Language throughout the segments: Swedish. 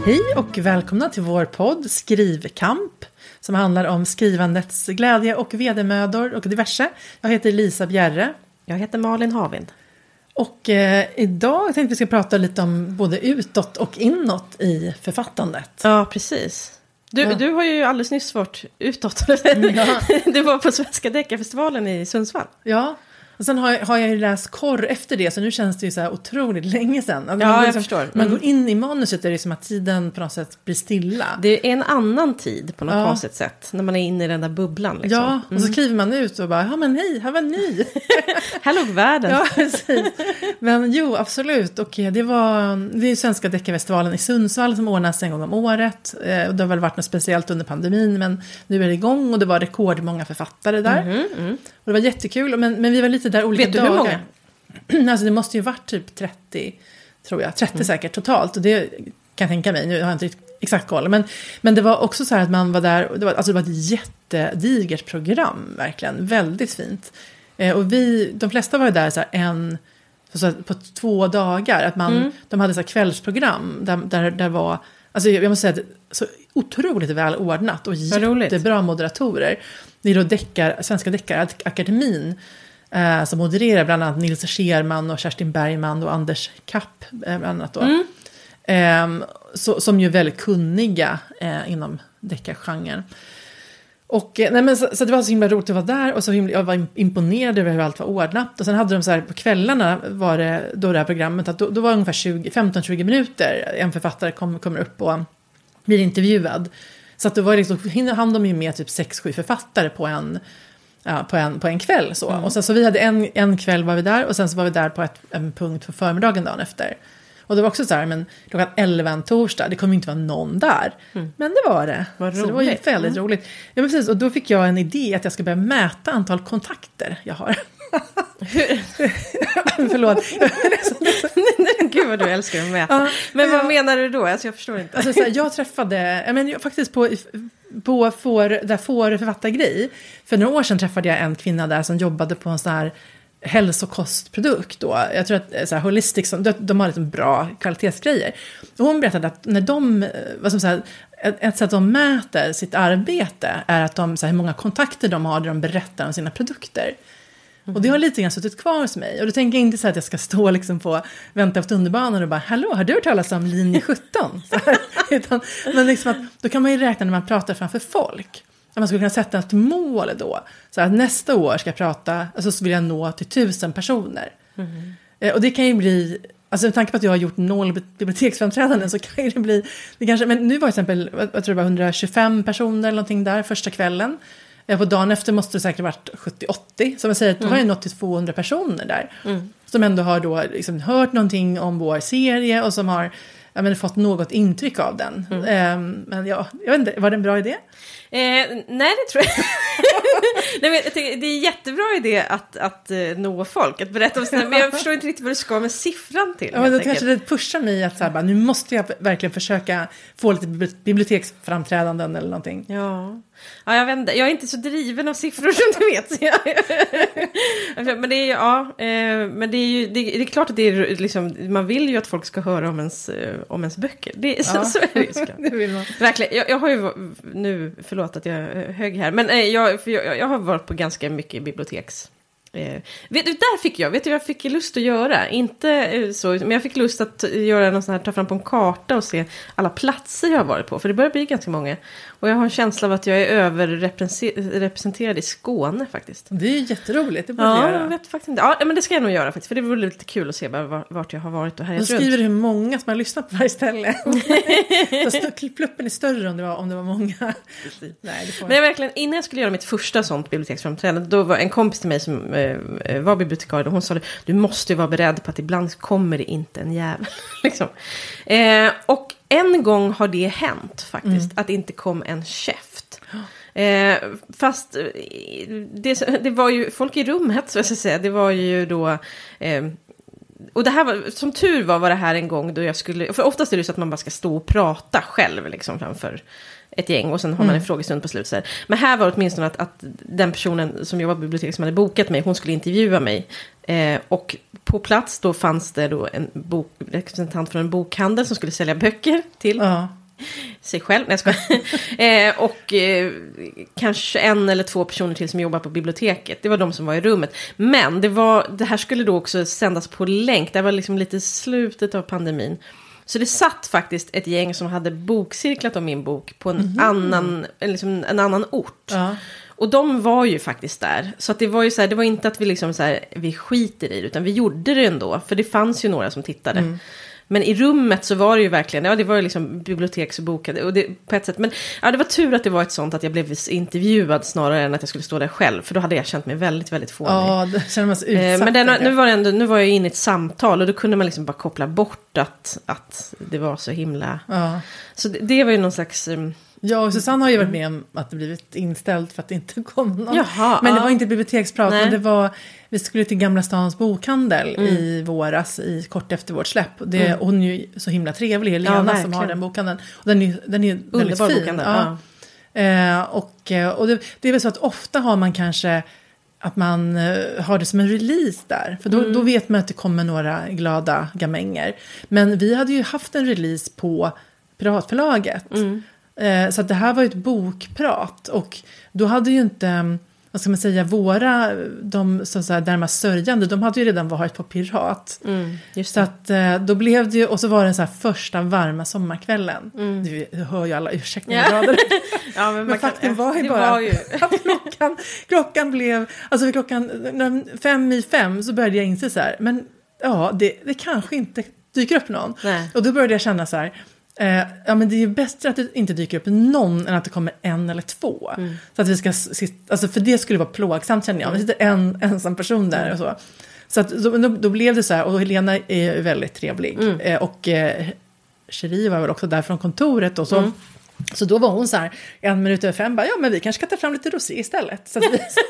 Hej och välkomna till vår podd Skrivkamp som handlar om skrivandets glädje och vedermödor och diverse. Jag heter Lisa Bjerre. Jag heter Malin Havind. Och idag tänkte vi ska prata lite om både utåt och inåt i författandet. Ja, precis. Du har ju alldeles nyss varit utåt. Ja. Du var på Svenska Deckarfestivalen i Sundsvall. Ja. Och sen har jag ju läst korr efter det, så nu känns det ju så här otroligt länge sedan. Alltså ja, jag förstår. Man går in i manuset, är det som att tiden på något sätt blir stilla. Det är en annan tid på något konstigt sätt, när man är inne i den där bubblan. Liksom. Ja, och så kliver man ut och bara, ja men hej, här var ni. Här låg världen. Ja, precis. Men jo, absolut. Och det är Svenska Deckarfestivalen i Sundsvall som ordnas en gång om året. Och det har väl varit något speciellt under pandemin, men nu är det igång och det var rekordmånga författare där. Och det var jättekul, men vi var lite där olika dagar. Vet du hur många? Alltså det måste ju varit typ 30, tror jag. 30 säkert totalt. Och det kan jag tänka mig. Nu har jag inte exakt koll. Men det var också så här att man var där. Det var ett jättedigert program. Verkligen. Väldigt fint. Och de flesta var ju där så här på 2 dagar. Att de hade så här kvällsprogram. Där var, alltså jag måste säga att så otroligt väl ordnat. Och jättebra moderatorer. Det är då Svenska Deckarakademin. Som modererar bland annat Nils Scherman och Kerstin Bergman och Anders Kapp bland annat då. Som ju är väldigt kunniga inom deckargenren. Och så det var så himla roligt att vara där, och jag var imponerad över hur allt var ordnat. Och sen hade de så här på kvällarna var det då här programmet att då var det ungefär 15-20 minuter en författare kommer upp och blir intervjuad. Så att det var liksom, hann de ju med typ 6-7 författare på en kväll så. Och sen så vi hade en kväll var vi där, och sen så var vi där på en punkt för förmiddagen dagen efter. Och det var också så här, men klockan 11 en torsdag, det kommer inte vara någon där. Men det var det. Så det var ju väldigt roligt. Ja, men precis, och då fick jag en idé att jag ska börja mäta antal kontakter jag har. Förlåt. Gud vad du älskar att mäta. Men vad menar du då? Alltså, jag förstår inte. Alltså, så här, jag träffade faktiskt på författargrej. För några år sedan träffade jag en kvinna där som jobbade på en sån här hälsokostprodukt då. Jag tror att så här, Holistic, de har liksom bra kvalitetsgrejer. Och hon berättade att när ett sätt de mäter sitt arbete är att så här, hur många kontakter de har där de berättar om sina produkter. Och det har lite grann suttit kvar hos mig. Och då tänker jag inte så att jag ska stå liksom på vänta efter underbanan och bara, hallå, har du hört talas om linje 17? Men liksom att, då kan man ju räkna när man pratar framför folk. Att man skulle kunna sätta ett mål då. Så att nästa år ska jag prata, alltså så vill jag nå till 1000 personer. Och det kan ju bli, alltså med tanke på att jag har gjort 0 biblioteksframträdanden så kan det bli, men nu var till exempel, jag tror det var 125 personer eller någonting där första kvällen. På dagen efter måste det säkert varit 70-80. Som jag säger, då har jag nått till 200 personer där. Som ändå har då liksom hört någonting om vår serie och som har fått något intryck av den. Men jag vet inte, var det en bra idé? Nej, det tror jag. Nej, men jag tycker, det är en jättebra idé att nå folk, att berätta om sina, men jag förstår inte riktigt vad du ska med siffran till. Ja, men då kanske det pushar mig att så här, bara, nu måste jag verkligen försöka få lite biblioteksframträdanden eller någonting. Ja, jag vet inte. Jag är inte så driven av siffror som du vet. Men det är ju, men det är klart att det är liksom, man vill ju att folk ska höra om ens böcker. Så är det ju. Det vill man. Verkligen. Jag har ju nu, förlåt att jag är hög här, men jag har varit på ganska mycket biblioteks. Vet du vad jag fick lust att göra? Inte så, men jag fick lust att göra någon sån här, ta fram på en karta och se alla platser jag har varit på, för det börjar bli ganska många. Och jag har en känsla av att jag är överrepresenterad i Skåne faktiskt. Det är jätteroligt, det borde göra. Jag vet faktiskt inte. Ja, men det ska jag nog göra faktiskt, för det vore lite kul att se vart jag har varit och här. Då skriver du hur många som har lyssnat på varje ställe. Pluppen är större om det var många. Nej, men jag verkligen, innan jag skulle göra mitt första sånt biblioteksframträdande, då var en kompis till mig som var bibliotekarie, och hon sa det, du måste ju vara beredd på att ibland kommer det inte en jävel. Liksom. Och en gång har det hänt faktiskt, att det inte kom en käft. Fast det var ju folk i rummet, så jag ska säga. Det var ju då och det här var, som tur var det här en gång då jag skulle, för oftast är det så att man bara ska stå och prata själv liksom framför ett gäng, och sen har man en frågestund på slutet. Men här var det åtminstone att den personen som jobbar på biblioteket som hade bokat mig, hon skulle intervjua mig Och på plats då fanns det då en representant från en bokhandel som skulle sälja böcker till sig själv. Nej, jag skojar. Och kanske 1 eller 2 personer till som jobbar på biblioteket. Det var de som var i rummet. Men det här skulle då också sändas på länk. Det var liksom lite slutet av pandemin. Så det satt faktiskt ett gäng som hade bokcirklat om min bok på en annan ort. Ja. Och de var ju faktiskt där. Så att det var ju så här, det var inte att vi liksom så här, vi skiter i det, utan vi gjorde det ändå. För det fanns ju några som tittade. Men i rummet så var det ju verkligen, det var ju liksom biblioteksbokade och det, på ett sätt. Men det var tur att det var ett sånt att jag blev intervjuad snarare än att jag skulle stå där själv. För då hade jag känt mig väldigt, väldigt fånig. Ja, det känner man sig utsatt. Men nu var jag inne i ett samtal och då kunde man liksom bara koppla bort att det var så himla... Ja. Så det var ju någon slags... Ja, och Susanne har ju varit med om att det blivit inställt för att det inte kom någon. Men det var inte biblioteksprat, men det var... Vi skulle till Gamla Stans bokhandel i våras, kort efter vårt släpp. Hon är ju så himla trevlig, Helena, som har den bokhandeln. Och den är väldigt fin. Bokhandel, och det är väl så att ofta har man kanske att man har det som en release där. För då vet man att det kommer några glada gamänger. Men vi hade ju haft en release på Piratförlaget. Så att det här var ju ett bokprat. Och då hade ju inte... Vad ska man säga, de så här, närmast sörjande, de hade ju redan varit på Pirat. Just det. Så att då blev det ju, och så var det en så här första varma sommarkvällen. Du hör ju alla, ursäkta mig grader. Men faktum var ju bara att klockan blev, alltså vid klockan 5:05 så började jag inse så här, men det kanske inte dyker upp någon. Nej. Och då började jag känna så här, men det är ju bättre att det inte dyker upp någon än att det kommer 1 eller 2. Så att vi ska sitta, alltså för det skulle vara plågsamt, känner jag. Det sitter en ensam person där och så. Så att då blev det så här, och Helena är ju väldigt trevlig. Och Cherie var väl också där från kontoret och så. Så då var hon så här 1:05 bara, men vi kanske ska ta fram lite rosé istället. Så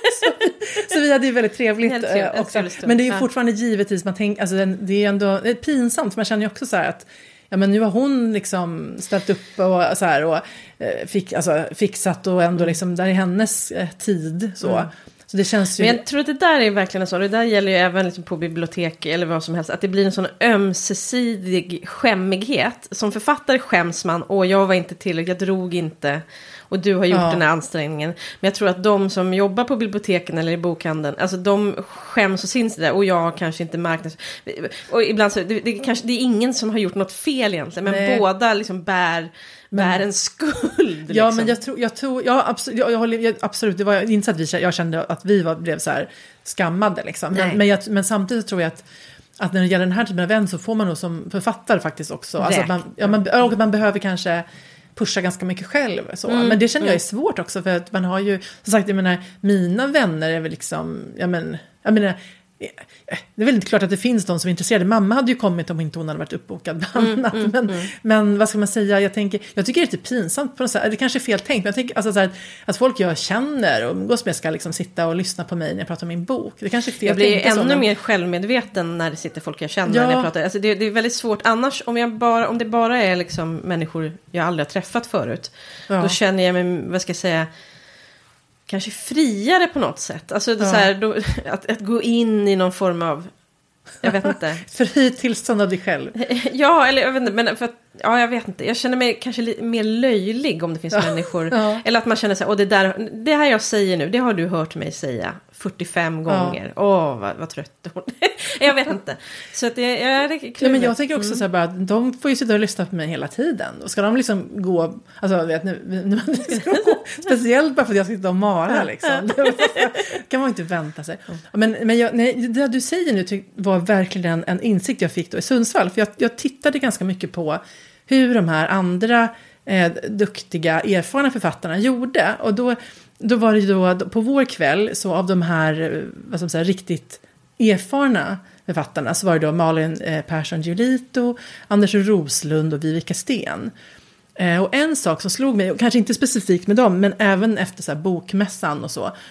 vi hade ju väldigt trevligt också. Men det är ju fortfarande givetvis, man tänker, alltså det är ändå pinsamt, man känner ju också så här att men nu har hon liksom ställt upp och så här och fixat och ändå liksom där är hennes tid så. Så det känns ju... Men jag tror att det där är verkligen så. Det där gäller ju även liksom på bibliotek eller vad som helst. Att det blir en sån ömsesidig skämmighet. Som författare skäms man. Jag var inte tillräckligt, jag drog inte. Och du har gjort den här ansträngningen. Men jag tror att de som jobbar på biblioteken eller i bokhandeln, alltså de skäms och syns det där. Och jag kanske inte marknads... Och ibland så, det är ingen som har gjort något fel egentligen. Men båda liksom bär en skuld. Ja, liksom. Men jag tror absolut, det var inte så att jag kände att vi blev så här skammade liksom. Men samtidigt tror jag att när det gäller den här typen av event så får man nog som författare faktiskt också. Alltså att man behöver kanske pusha ganska mycket själv. Så. Men det känner jag är svårt också. För att man har ju, som sagt, jag menar, mina vänner är väl liksom, jag menar, det är väl inte klart att det finns de som är intresserade. Mamma hade ju kommit om inte hon hade varit uppbokad annat. Men vad ska man säga, jag tycker det är lite pinsamt på något sätt. Det kanske är fel tänkt, men jag tänker alltså, så här, att folk jag känner och umgås med ska liksom sitta och lyssna på mig när jag pratar om min bok. Det kanske är fel tänkt. Jag blir ännu mer självmedveten när det sitter folk jag känner när jag pratar. Alltså det är väldigt svårt. Annars, om det bara är liksom människor jag aldrig har träffat förut, då känner jag mig, vad ska jag säga, kanske friare på något sätt. Alltså det så här, att gå in i någon form av, jag vet inte. Fri tillstånd av dig själv. Ja, eller jag vet inte, men för att, jag vet inte. Jag känner mig kanske mer löjlig om det finns människor. Ja. Eller att man känner så här, det här jag säger nu, det har du hört mig säga 45 gånger. Vad trött hon är. Jag vet inte. Så att det är kluvet. Men jag tänker också så här bara, att de får ju sitta och lyssna på mig hela tiden. Och ska de liksom gå, alltså vet nu ska de gå, speciellt bara för att jag ska sitta och mala liksom. Det kan man inte vänta sig. Men det du säger nu var verkligen en insikt jag fick då i Sundsvall. För jag tittade ganska mycket på hur de här andra duktiga, erfarna författarna gjorde. Och då var det ju på vår kväll, så av de här, vad ska man säga, riktigt erfarna författarna, så var det då Malin Persson Giolito, Anders Roslund och Vivica Sten. Och en sak som slog mig, och kanske inte specifikt med dem, men även efter så här bokmässan och så,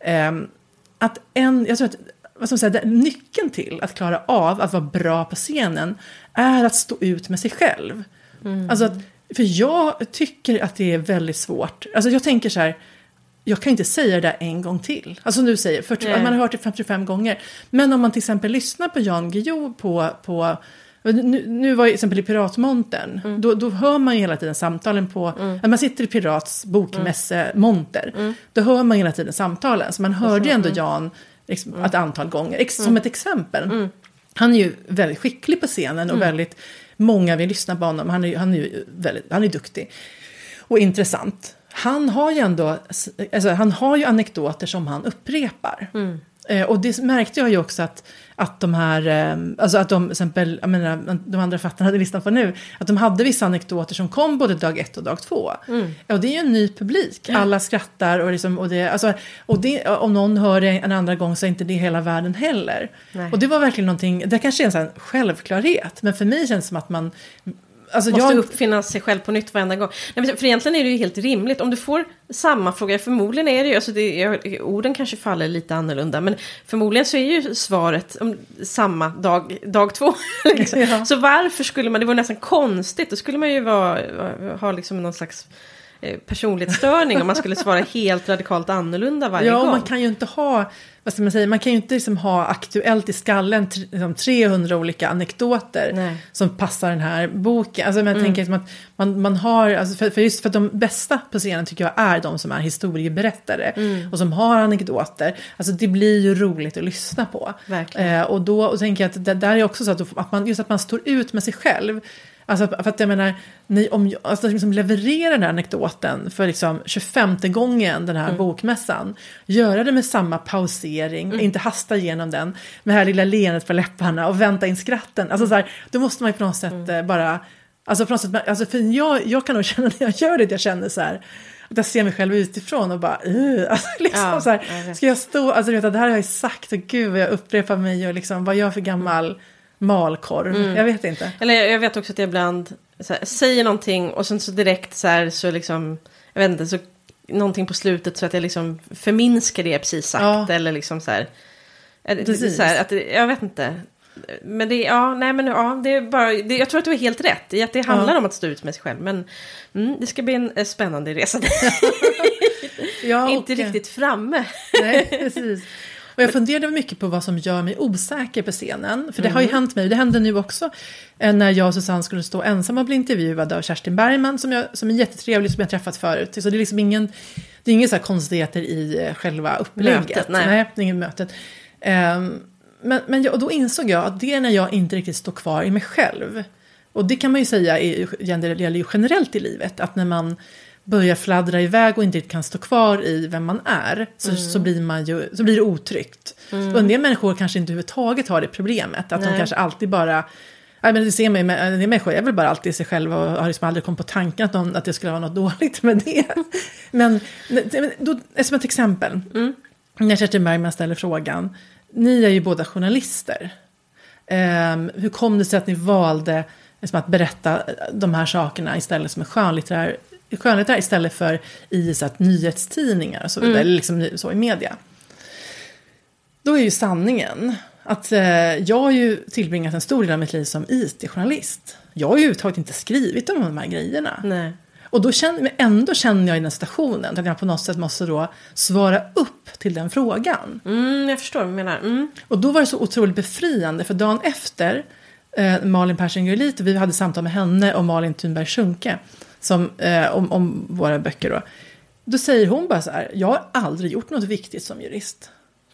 att jag tror att, vad ska man säga, nyckeln till att klara av att vara bra på scenen är att stå ut med sig själv. Alltså för jag tycker att det är väldigt svårt. Alltså jag tänker så här, jag kan inte säga det där en gång till. Alltså nu säger man har hört det 55 gånger. Men om man till exempel lyssnar på Jan Guillou på nu var ju exempel i Piratmontern. Då hör man ju hela tiden samtalen på... När man sitter i Pirats bokmässemonter. Då hör man hela tiden samtalen. Så man hörde ju ändå Jan ett antal gånger. Som ett exempel. Han är ju väldigt skicklig på scenen. Och väldigt... Många vill lyssna på honom. Han är duktig. Och intressant. Han har ju ändå... Alltså, han har ju anekdoter som han upprepar. Och det märkte jag ju också att de här, alltså att de, exempel, jag menar, de andra fattarna hade lyssnat på nu, att de hade vissa anekdoter som kom både dag 1 och dag 2. Och det är ju en ny publik. Alla skrattar och liksom, och det, om någon hör det en andra gång så är inte det hela världen heller. Nej. Och det var verkligen någonting, det kanske är en sån här självklarhet, men för mig känns det som att man... Alltså måste uppfinna sig själv på nytt varenda gång. Nej, för egentligen är det ju helt rimligt. Om du får samma fråga, förmodligen är det ju, alltså orden kanske faller lite annorlunda, men förmodligen så är ju svaret om samma dag 2. Liksom. Ja. Så varför skulle man, det var nästan konstigt, då skulle man ju ha liksom någon slags personlighetsstörning om man skulle svara helt radikalt annorlunda varje gång. Ja, man kan ju inte ha... Vad ska man säga? Man kan ju inte liksom ha aktuellt i skallen 300 olika anekdoter som passar den här boken. Alltså jag tänker liksom att man har... Alltså för just för att de bästa på scenen tycker jag är de som är historieberättare. Och som har anekdoter. Alltså det blir ju roligt att lyssna på. Och då tänker jag att det där är också så att man står ut med sig själv. Alltså för att jag menar, alltså liksom leverera den här anekdoten för liksom 25:e gången den här bokmässan. Göra det med samma pausering, inte hasta igenom den med det här lilla leendet på läpparna och vänta in skratten. Alltså så här, då måste man ju på något sätt bara, alltså på något sätt, alltså för jag kan nog känna när jag gör det, att jag känner så här, att jag ser mig själv utifrån och bara, alltså liksom så här, ska jag stå, alltså vet att det här har jag sagt och gud vad jag upprepar mig och liksom, vad jag för gammal malkorv, jag vet inte. Eller jag vet också att jag ibland så här, säger någonting och sen så direkt så här, så liksom, jag vet inte, så någonting på slutet så att jag liksom förminskar det precis sagt, eller liksom så här, så här att jag vet inte. Men det, det är bara, jag tror att du är helt rätt i att det handlar om att stå ut med sig själv, men det ska bli en spännande resa. Inte riktigt framme. Nej, precis. Och jag funderade mycket på vad som gör mig osäker på scenen. För det har ju hänt mig, det hände nu också när jag och Susanne skulle stå ensamma och bli intervjuade av Kerstin Bergman som är jättetrevlig, som jag träffat förut. Så det är liksom inga så här konstigheter i själva upplägget. Mötet, nej, det är inget mötet. Men då insåg jag att det är när jag inte riktigt står kvar i mig själv. Och det kan man ju säga, det gäller ju generellt i livet, att när man börjar fladdra iväg och inte kan stå kvar i vem man är, så blir det otryggt. Och en del människor kanske inte överhuvudtaget har det problemet, att de kanske alltid bara, men det ser mig med det människor, jag vill bara alltid sig själv och har liksom aldrig kommit på tanken att det skulle vara något dåligt med det. Men då, som ett exempel, när Kerstin Bergman ställer frågan, ni är ju båda journalister. Hur kom det sig att ni valde liksom, att berätta de här sakerna istället som en skönlitterär istället för i så att nyhetstidningar och så vidare, eller liksom så i media? Då är ju sanningen att jag har ju tillbringat en stor del av mitt liv som IT-journalist. Jag har ju överhuvudtaget inte skrivit om de här grejerna. Nej. Och då känner jag i den situationen att jag på något sätt måste då svara upp till den frågan. Jag förstår vad du menar. Och då var det så otroligt befriande, för dagen efter Malin Persson-Gurlit, och vi hade samtal med henne och Malin Thunberg-Schunke som, om våra böcker då säger hon bara så här: jag har aldrig gjort något viktigt som jurist.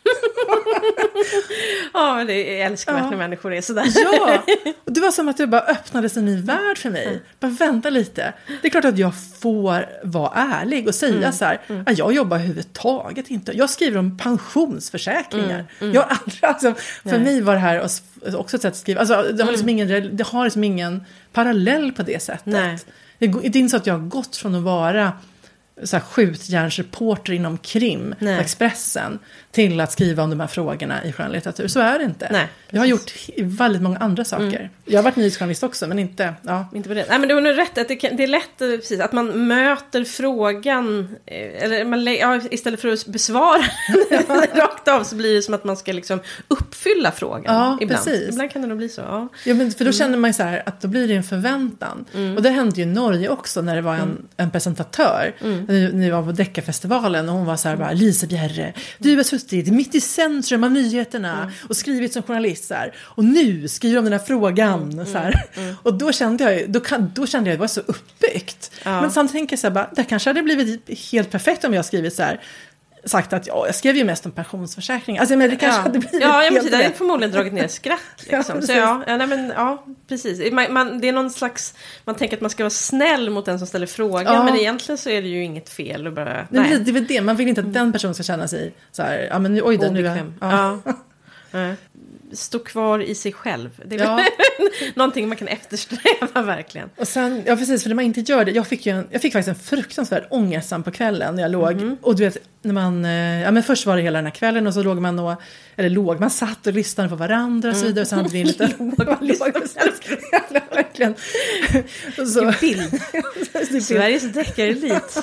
Ja, det är älskvärt när människor är sådär. Ja, och det var som att det bara öppnades en ny värld för mig. Bara vänta lite. Det är klart att jag får vara ärlig och säga så här, att jag jobbar överhuvudtaget inte. Jag skriver om pensionsförsäkringar. Jag har aldrig, alltså, för mig var det här också ett sätt att skriva. Alltså, det har liksom ingen parallell på det sättet. Nej. Det är inte så att jag har gått från att vara så här skjutjärnsreporter inom krim på Expressen till att skriva om de här frågorna i skönlitteratur. Så är det inte. Nej, jag har gjort väldigt många andra saker. Jag har varit nyhetsjournalist också, men inte på det. Nej, men du har nog rätt att det är lätt precis, att man möter frågan eller istället för att besvara rakt av, så blir det som att man ska liksom uppfylla frågan ibland. Precis. Ibland kan det nog bli så. Ja, men för då känner man ju så här att då blir det en förväntan. Och det hände ju i Norge också när det var en presentatör när vi var på Deckarfestivalen och hon var så här bara, Lisa Bjerre, du har suttit mitt i centrum av nyheterna och skrivit som journalist så här, och nu skriver om den här frågan så här. Och då kände jag att det var så uppbyggt. Men samtidigt tänker jag så här bara, det kanske hade blivit helt perfekt om jag skrivit så här, sagt att jag skrev ju mest om pensionsförsäkring. Alltså men det kanske hade blivit helt det hade förmodligen dragit ner skratt liksom. Precis. Det är någon slags, man tänker att man ska vara snäll mot den som ställer frågan, men egentligen så är det ju inget fel att bara det är väl det, man vill inte att den personen ska känna sig så här, ja men nu oj då nu. Stå kvar i sig själv. Det är någonting man kan eftersträva verkligen. Och sen, precis, för när man inte gör det. Jag fick faktiskt en fruktansvärd ångestsam på kvällen när jag låg. Och du vet, när man, men först var det hela den här kvällen och så låg man man satt och lyssnade på varandra och så vidare. Och sen hade vi lite verkligen. Så bild. Sveriges deckarelit.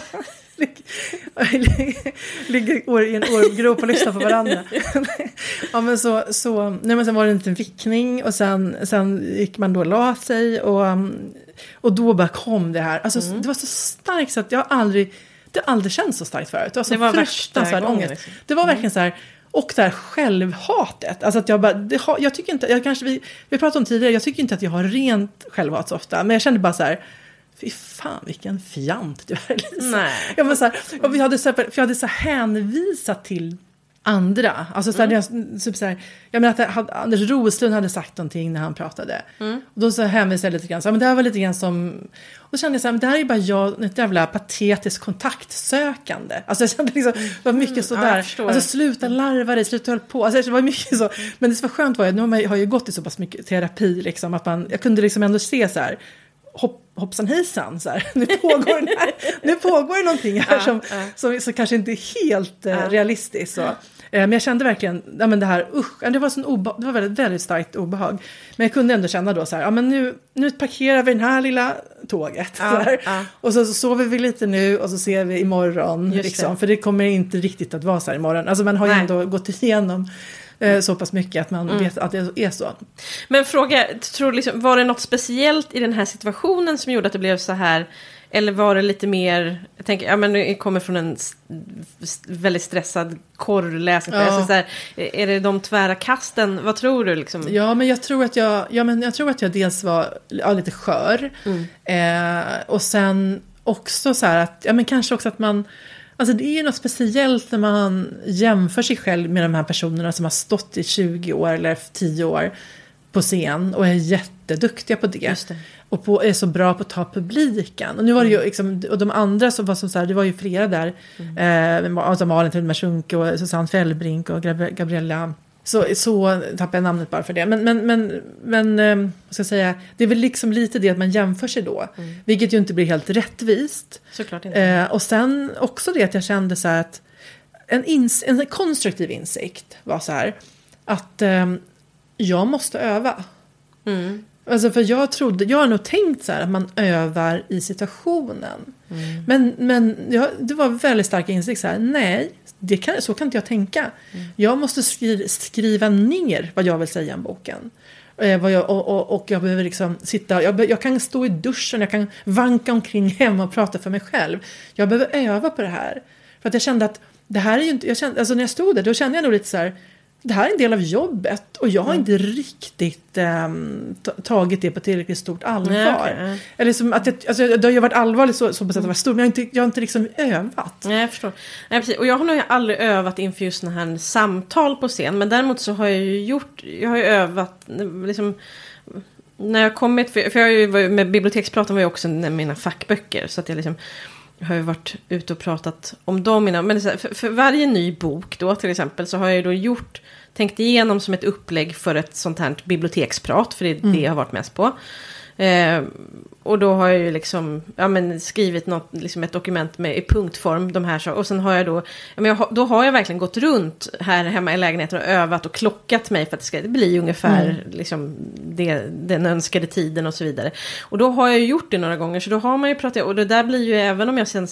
Ligger i en årgrop och lyssnar på varandra. Men sen var det en liten vickning och sen gick man då och la sig och då bara kom det här. Alltså det var så starkt så att det har aldrig känts så starkt förut. Det var fruktansvärd ångest. Liksom. Det var verkligen så här. Och det här självhatet. Alltså att jag tycker inte, vi pratade om tidigare, jag tycker inte att jag har rent självhat så ofta. Men jag kände bara så här, fy fan vilken fjant du är, Lisa. Nej. Jag var så här, och jag hade så hänvisat till andra. Alltså så här, jag menar att Anders Roslund hade sagt någonting när han pratade. Och då så hänvisade jag lite grann. Så, men det här var lite grann som... Och då kände jag så här, men det här är ju bara jag, ett jävla patetiskt kontaktsökande. Alltså jag kände liksom, det var mycket sådär. Alltså sluta larva dig, sluta hålla på. Alltså det var mycket så. Men det som var skönt var att nu har jag ju gått i så pass mycket terapi liksom, att jag kunde liksom ändå se så här, hoppsan hejsan så här. Nu pågår det någonting här som kanske inte är helt realistiskt så. Men jag kände verkligen det här det var väldigt, väldigt starkt obehag. Men jag kunde ändå känna då så här, men nu parkerar vi den här lilla tåget så här. Och så sover vi lite nu och så ser vi imorgon liksom, för det kommer inte riktigt att vara så här imorgon. Alltså man har ju ändå gått igenom så pass mycket att man vet att det är så. Men fråga, tror liksom, var det något speciellt i den här situationen som gjorde att det blev så här? Eller var det lite mer, jag tänker, men jag kommer från en väldigt stressad korrläsning. Alltså så här, är det de tvära kasten? Vad tror du liksom? Ja, men jag tror att jag dels var lite skör. Och sen också så här att, men kanske också att man, alltså det är ju något speciellt när man jämför sig själv med de här personerna som har stått i 20 år eller 10 år på scen och är jätteduktiga på det. Just det. Och är så bra på att ta publiken. Och nu var det ju liksom, och de andra som var som så här, det var ju flera där. Alltså Malin Thelmer-Schunke och Susanne Fällbrink och Gabriella. Så tappar jag namnet bara för det. Men vad ska jag säga, det är väl liksom lite det att man jämför sig då. Vilket ju inte blir helt rättvist. Såklart inte. Och sen också det att jag kände så här att en konstruktiv insikt var så här att jag måste öva. Alltså för jag har nog tänkt så här att man övar i situationen. Men det var väldigt stark insikt så här, nej, så kan inte jag tänka. Jag måste skriva ner vad jag vill säga i en boken. Och jag behöver liksom sitta, jag kan stå i duschen, jag kan vanka omkring hemma och prata för mig själv. Jag behöver öva på det här. För att jag kände att det här är ju inte, alltså när jag stod där, då kände jag nog lite så här, det här är en del av jobbet och jag har inte riktigt tagit det på tillräckligt stort allvar. Nej. Eller som att det har ju varit allvarligt så på sätt att vara stor, men jag har inte liksom övat. Nej, jag förstår. Nej, precis. Och jag har nog aldrig övat inför just den här samtal på scen, men däremot så har jag har ju övat liksom, när jag kommit, för jag har ju med bibliotekspraten var ju också mina fackböcker, så att jag liksom har ju varit ute och pratat om dem innan. Men för varje ny bok då till exempel så har jag ju då tänkt igenom som ett upplägg för ett sånt här biblioteksprat, för det är det jag har varit mest på. Och då har jag ju liksom skrivit liksom ett dokument i punktform, de här så, och sen har jag då har jag verkligen gått runt här hemma i lägenheten och övat och klockat mig för att det ska bli ungefär liksom den önskade tiden och så vidare. Och då har jag ju gjort det några gånger, så då har man ju pratat, och det där blir ju, även om jag sen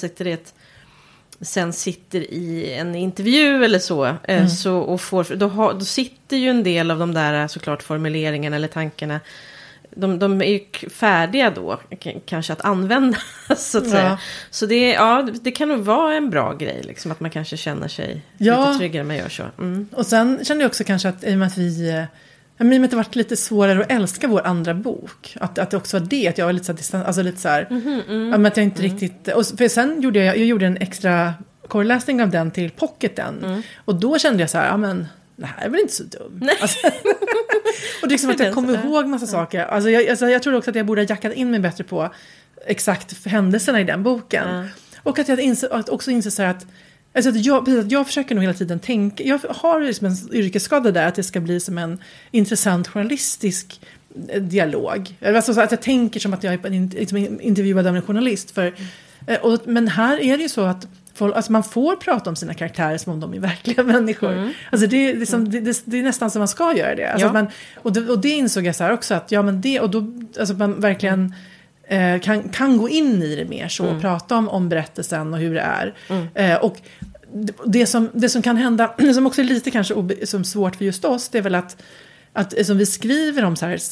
sitter i en intervju eller så och då sitter ju en del av de där såklart formuleringarna eller tankarna de är ju färdiga då kanske att använda så att säga. Så det kan nog vara en bra grej liksom, att man kanske känner sig lite tryggare när man gör så. Och sen kände jag också kanske att i och med att det varit lite svårare att älska vår andra bok. Att det också var det, att jag var lite så distant, alltså lite så här, att jag inte riktigt, och för sen gjorde jag gjorde en extra korreläsning av den till pocketen. Och då kände jag så här, men det här är väl inte så dumt. Alltså, och det är liksom att jag kom ihåg massa saker. Alltså jag tror också att jag borde ha jackat in mig bättre på exakt händelserna i den boken. Och att jag också inser så här att, alltså att jag försöker nog hela tiden tänka, jag har liksom en yrkesskada där, att det ska bli som en intressant journalistisk dialog. Alltså så att jag tänker som att jag är liksom intervjuad av en journalist. Men här är det ju så att alltså man får prata om sina karaktärer som om de är verkliga människor. Alltså det är nästan som man ska göra det. Alltså och det insåg jag så här också, att alltså man verkligen kan gå in i det mer så och prata om berättelsen och hur det är. Och det som kan hända, som också är lite kanske som svårt för just oss, det är väl att som vi skriver om så här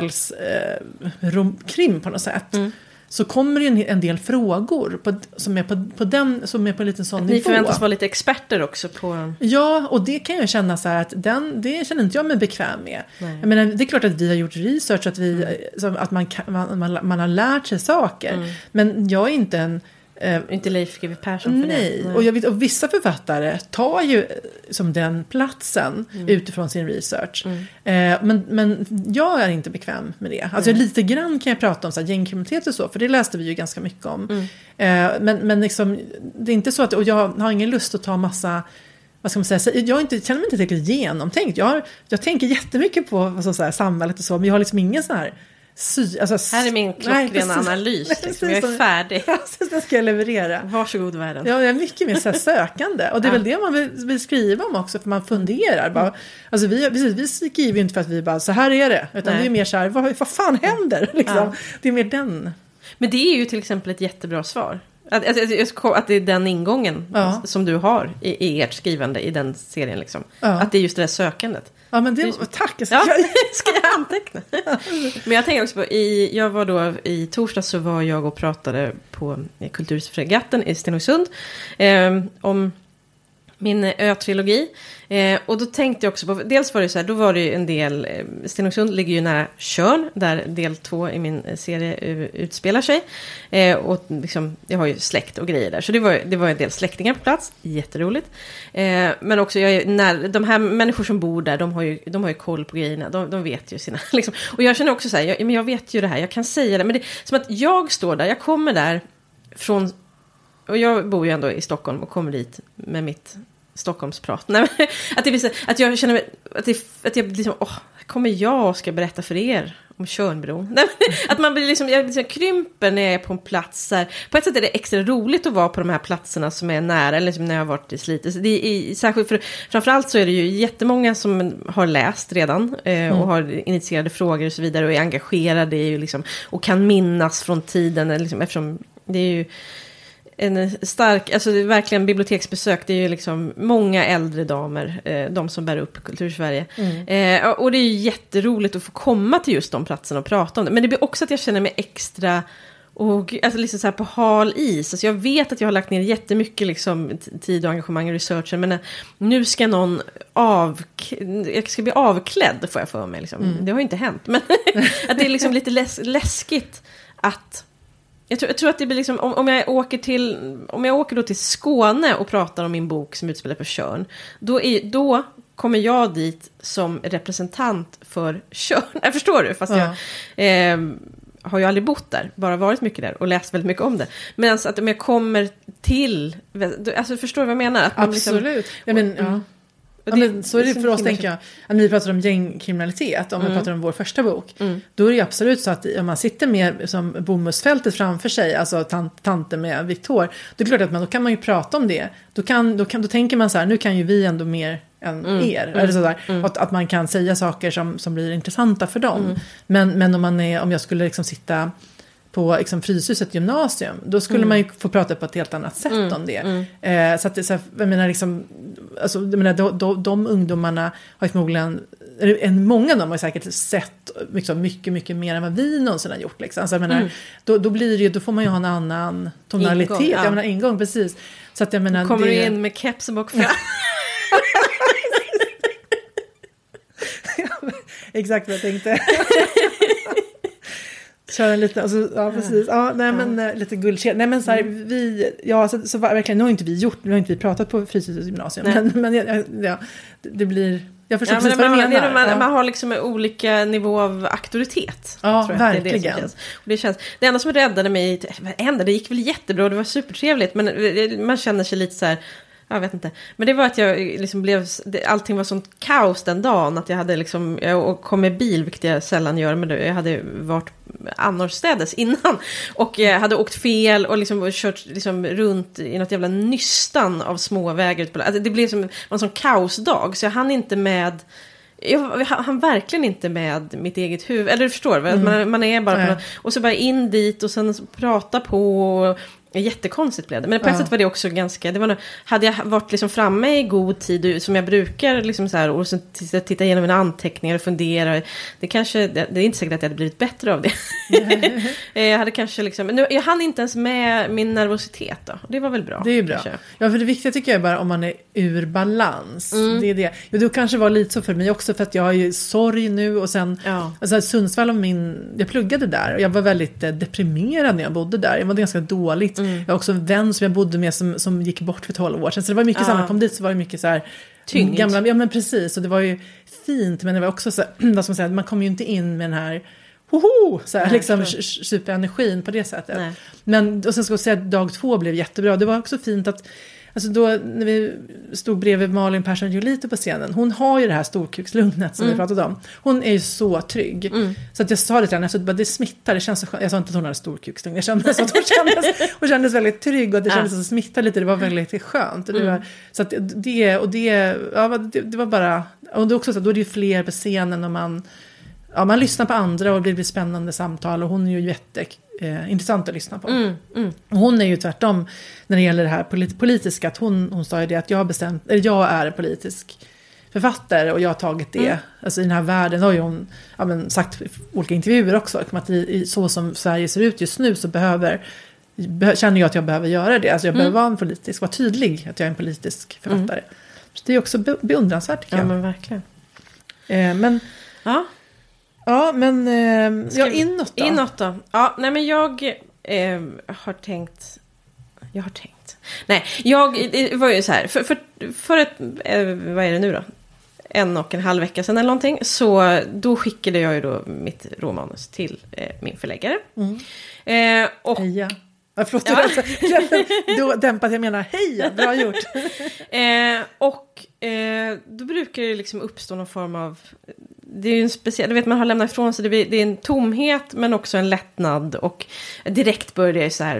samhällskrim på något sätt. Så kommer det en del frågor som är på en liten sån nivå. Ni förväntas vara lite experter också på... Ja, och det kan jag känna så här att det känner inte jag mig bekväm med. Jag menar, det är klart att vi har gjort research, att man har lärt sig saker. Men jag är inte en... inte Leif GW Persson för nej. Det. Nej, och jag vet, och vissa författare tar ju som den platsen utifrån sin research. Men jag är inte bekväm med det. Alltså lite grann kan jag prata om så här, gängkriminalitet och så, för det läste vi ju ganska mycket om. Men liksom, det är inte så att, och jag har ingen lust att ta massa, vad ska man säga, känner mig inte tillräckligt genomtänkt. Jag tänker jättemycket på alltså, så här, samhället och så, men jag har liksom ingen sån här här är min klockrena analys. Liksom. Jag är färdig. Det ska jag leverera. Varsågod världen. Ja, jag är mycket mer så här sökande. Och det är väl det man vill skriva om också. För man funderar. Bara, alltså vi skriver ju inte för att vi bara, så här är det. Utan det är mer så här, vad fan händer? Liksom. Det är mer den. Men det är ju till exempel ett jättebra svar. Att det är den ingången som du har i ert skrivande i den serien. Liksom. Att det är just det där sökandet. Ja, men det tack. Ska jag anteckna? Men jag tänker också på, i torsdags så var jag och pratade på Kulturfregatten i Stenungsund om min ö-trilogi. Och då tänkte jag också på, dels var det så här, då var det ju en del, Stenungsund ligger ju nära Tjörn, där del 2 i min serie utspelar sig. Och liksom, jag har ju släkt och grejer där, så det var en del släktingar på plats, jätteroligt. Men också, de här människor som bor där, de har ju koll på grejerna, de vet ju sina, liksom. Och jag känner också så här, men jag vet ju det här, jag kan säga det, men det är som att jag står där, jag kommer där från, och jag bor ju ändå i Stockholm och kommer dit med mitt Stockholmsprat. Nej, att jag känner att jag liksom, kommer jag och ska berätta för er om Tjörnbron. Nej, att man blir liksom, jag liksom krymper när jag är på en plats där. På ett sätt är det extra roligt att vara på de här platserna som är nära, eller liksom när jag har varit i Slite. Så det är särskilt för, framförallt så är det ju jättemånga som har läst redan och har initierade frågor och så vidare och är engagerade i liksom, och kan minnas från tiden liksom, eftersom det är ju en stark, alltså det är verkligen biblioteksbesök, det är ju liksom många äldre damer, de som bär upp Kultursverige. Och det är ju jätteroligt att få komma till just de platserna och prata om det. Men det blir också att jag känner mig extra, och alltså liksom så här på hal is. Alltså jag vet att jag har lagt ner jättemycket liksom tid och engagemang i researchen, men nu ska någon jag ska bli avklädd, får jag för mig liksom. Det har ju inte hänt, men att det är liksom lite läskigt att jag tror att det blir liksom, om jag åker då till Skåne och pratar om min bok som utspelar på Tjörn, då kommer jag dit som representant för Tjörn. Jag förstår du, fast jag har ju aldrig bott där, bara varit mycket där och läst väldigt mycket om det. Men alltså att om jag kommer till, alltså förstår du vad jag menar? Att man absolut. Liksom, ja, men så är det för oss, tänker jag. När vi pratar om gängkriminalitet, om vi pratar om vår första bok, då är det ju absolut så att om man sitter med som Bomusfältet framför sig, alltså tanten med Victor, då är det klart att då kan man ju prata om det. Då tänker man så här, nu kan ju vi ändå mer än er. Eller så där. Att man kan säga saker som blir intressanta för dem. Men om jag skulle liksom sitta på liksom Fryshuset gymnasium, då skulle man ju få prata på ett helt annat sätt om det. Så att jag menar liksom, alltså, jag menar, de ungdomarna har förmodligen många av dem har säkert sett liksom mycket, mycket mer än vad vi någonsin har gjort. Liksom. Alltså, jag menar, då blir det ju, då får man ju ha en annan tonalitet. Ingång, ja. Jag menar, ingång, precis. Så att jag menar, kommer du in med keps och fram. Exakt vad jag tänkte. Köra en liten, alltså, ja precis. Ja, nej men lite guldkedja. Nej men så här, så verkligen, nu har inte vi pratat på Fryshuset-gymnasium. Men ja, det blir, jag förstår precis vad du menar. Man har liksom olika nivå av auktoritet. Ja, tror jag, verkligen. Det känns. Och det enda som räddade mig, det gick väl jättebra, det var supertrevligt, men man känner sig lite så här. Jag vet inte. Men det var att jag liksom allting var sånt kaos den dagen. Att jag hade liksom, jag kom med bil, vilket jag sällan gör. Men jag hade varit annorstädes innan. Och jag hade åkt fel och liksom kört liksom runt i något jävla nystan av små vägar. Alltså det blev som en sån kaosdag. Så jag hann inte med... Jag hann verkligen inte med mitt eget huvud. Eller du förstår, man är bara... Och så bara in dit och sen prata på... Jättekonstigt blev det. Men på ett sätt var det också ganska... hade jag varit liksom framme i god tid som jag brukar liksom så här, och sen titta igenom mina anteckningar och fundera. Det är inte säkert att jag hade blivit bättre av det. Jag hade kanske liksom... Jag hann inte ens med min nervositet då. Det var väl bra. Det är bra. Kanske. Ja, för det viktiga tycker jag är bara om man är ur balans. Det är det. Jo, det kanske var lite så för mig också, för att jag har ju sorg nu och sen... Alltså Sundsvall och jag pluggade där och jag var väldigt deprimerad när jag bodde där. Jag var ganska dåligt. Jag har också en vän som jag bodde med som gick bort för 12 år sedan. Så det var mycket samma, kom dit så var det mycket så här gamla, ja men precis, och det var ju fint, men det var också så vad som säger, man kom ju inte in med den här så här, liksom superenergin på det sättet. Nej. Men och sen ska jag säga att dag 2 blev jättebra. Det var också fint att alltså då när vi stod bredvid Malin Persson Jolito på scenen, hon har ju det här storkukslugnet som vi pratade om. Hon är ju så trygg. Så att jag sa det till henne, det smittar, det känns så skönt. Jag sa inte att hon hade storkukslugn. Jag kände så att hon kändes väldigt trygg och det kändes som att smitta lite, det var väldigt skönt. Det var, så att det var bara, och det är också så att då är det ju fler på scenen och man lyssnar på andra och det blir spännande samtal och hon är ju intressant att lyssna på. Och hon är ju tvärtom när det gäller det här politiska, att hon sa ju det att jag är politisk författare och jag har tagit det, alltså i den här världen har ju hon sagt i olika intervjuer också att så som Sverige ser ut just nu så känner jag att jag behöver göra det, alltså jag behöver vara tydlig att jag är en politisk författare. Så det är också beundransvärt tycker jag. Ja men verkligen. Men ja, men inåt då. Ja, nej men jag har tänkt. Nej, det var ju så här för ett vad är det nu då? 1,5 vecka sedan eller någonting, så då skickade jag ju då mitt romanus till min förläggare. Och heja. Förlåt, då dämpat jag menar heja, bra gjort. Och då brukar det liksom uppstå någon form av, det är ju en speciell, du vet man har lämnat ifrån sig, det är en tomhet men också en lättnad, och direkt börjar det så här.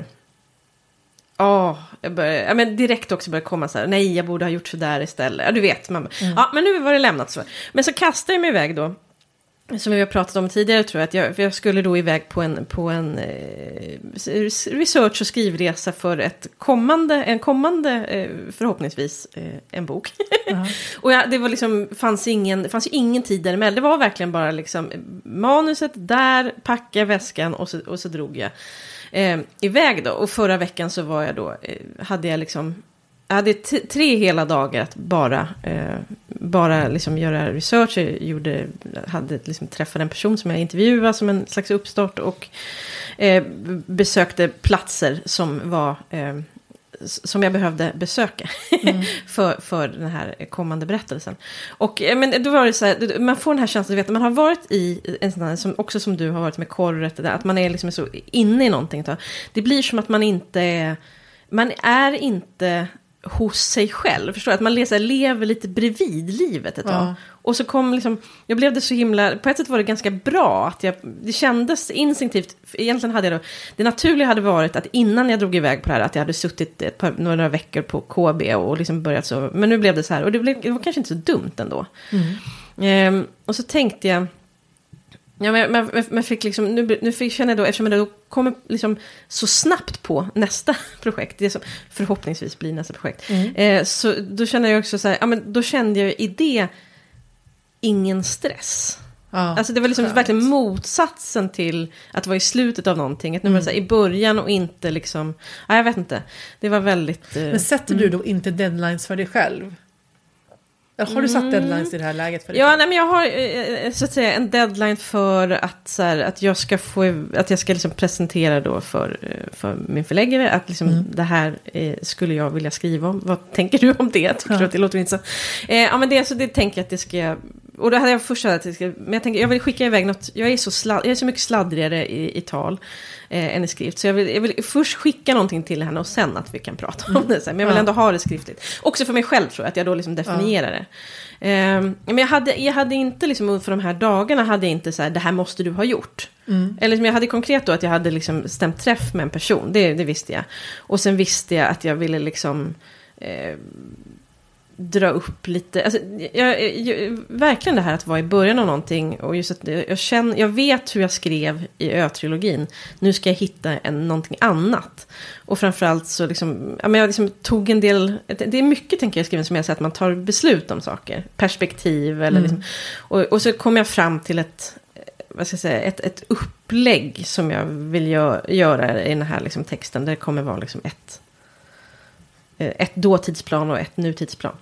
Men direkt också börjar komma så här, nej jag borde ha gjort så där istället. Ja, du vet man. Ja, men nu var det lämnat så. Men så kastar jag mig iväg då. Som vi har pratat om tidigare tror jag, att jag skulle då iväg på en research- och skrivresa för en kommande förhoppningsvis en bok. Och det var liksom, fanns ju ingen tid däremellan. Det var verkligen bara liksom manuset där, packa väskan och så drog jag iväg då. Och förra veckan så var jag då, jag hade 3 hela dagar att bara liksom göra research. Jag hade liksom träffat en person som jag intervjuade som en slags uppstart och besökte platser som jag behövde besöka för den här kommande berättelsen. Och men då var det så här, man får den här känslan, vet man har varit i en sån här, också som du har varit med korret, att man är liksom så inne i någonting. Det blir som att man är inte hos sig själv, förstår jag? Att man lever lite bredvid livet ett tag. Och så kom liksom, jag blev det så himla, på ett sätt var det ganska bra att det kändes instinktivt, egentligen hade det naturliga hade varit att innan jag drog iväg på det här, att jag hade suttit några veckor på KB och liksom börjat så, men nu blev det så här, och det var kanske inte så dumt ändå. Och så tänkte jag, ja, men fick liksom, nu känner jag då, eftersom jag då kommer liksom så snabbt på nästa projekt, det som förhoppningsvis blir nästa projekt, så då känner jag också så här, ja men då kände jag i ingen stress. Ja, alltså det var liksom verkligen motsatsen till att vara i slutet av någonting. Att nu var det så här, i början och inte liksom... Ja, jag vet inte. Det var väldigt... Men sätter du då inte deadlines för dig själv? Har du satt deadlines i det här läget för dig? Ja, nej, men jag har så att säga en deadline för att, så här, att jag ska liksom presentera då för min förläggare att liksom det här skulle jag vilja skriva om. Vad tänker du om det? Tycker du att det låter intressant? Ja, men det tänker jag att det ska jag... Och då hade jag först sagt att men jag tänker, jag vill skicka iväg något. Jag är så mycket sladdrigare i tal än i skrift. Så jag vill först skicka någonting till henne och sen att vi kan prata om det. Men jag vill ändå ha det skriftligt. Också för mig själv tror jag, att jag då liksom definierar det. Men jag hade inte liksom för de här dagarna hade jag inte så här, det här måste du ha gjort. Eller liksom jag hade konkret då att jag hade liksom stämt träff med en person. Det visste jag. Och sen visste jag att jag ville liksom... dra upp lite, alltså, verkligen det här att vara i början av någonting och just att jag vet hur jag skrev i Ö-trilogin, nu ska jag hitta någonting annat och framförallt så liksom, jag liksom tog en del, det är mycket tänker jag skriven som jag säger att man tar beslut om saker, perspektiv eller liksom, och så kom jag fram till ett upplägg som jag vill göra i den här liksom texten, det kommer vara liksom ett dåtidsplan och ett nutidsplan.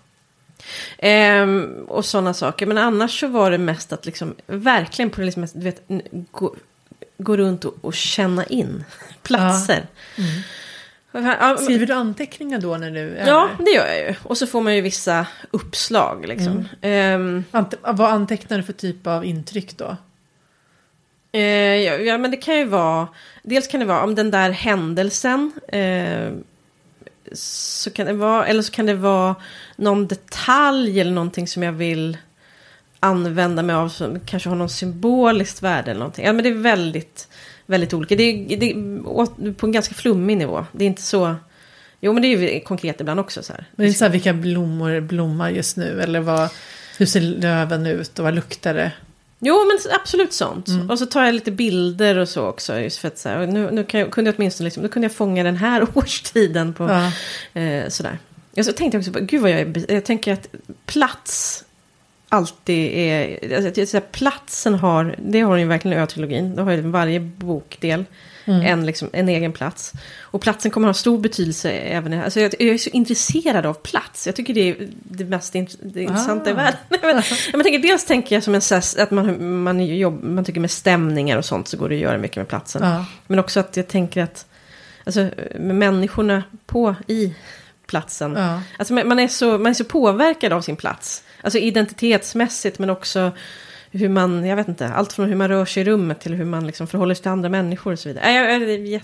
Och sådana saker. Men annars så var det mest att liksom verkligen på det liksom, du vet, gå runt och känna in platser. Skriver du anteckningar då när du är Ja, det gör jag ju. Och så får man ju vissa uppslag liksom. Vad antecknar du för typ av intryck då? Ja, men det kan ju vara... Dels kan det vara om den där händelsen... så kan det vara, eller så kan det vara någon detalj eller någonting som jag vill använda mig av som kanske har någon symboliskt värde eller någonting. Ja, men det är väldigt, väldigt olika. Det är på en ganska flummig nivå. Det är inte så... Jo, men det är ju konkret ibland också så här. Men det är så här, vilka blommor blommar just nu? Eller hur ser löven ut och vad luktar det? Jo, men absolut sånt. Och så jag lite bilder och så också. Just för att så här, nu kunde jag åtminstone liksom, nu kunde jag fånga den här årstiden på sådär. Så tänkte jag också på, gud vad jag tänker att plats alltid är, alltså, platsen har, det har ju verkligen Ö-trilogin. Det har ju varje bokdel en egen plats. Och platsen kommer ha stor betydelse även alltså jag är så intresserad av plats. Jag tycker det är det mest intressanta i världen. Dels tänker jag som att man tycker med stämningar och sånt så går det att göra mycket med platsen. Men också att jag tänker att alltså, med människorna i platsen. Alltså man är så påverkad av sin plats. Alltså identitetsmässigt men också hur man, jag vet inte, allt från hur man rör sig i rummet till hur man liksom förhåller sig till andra människor och så vidare.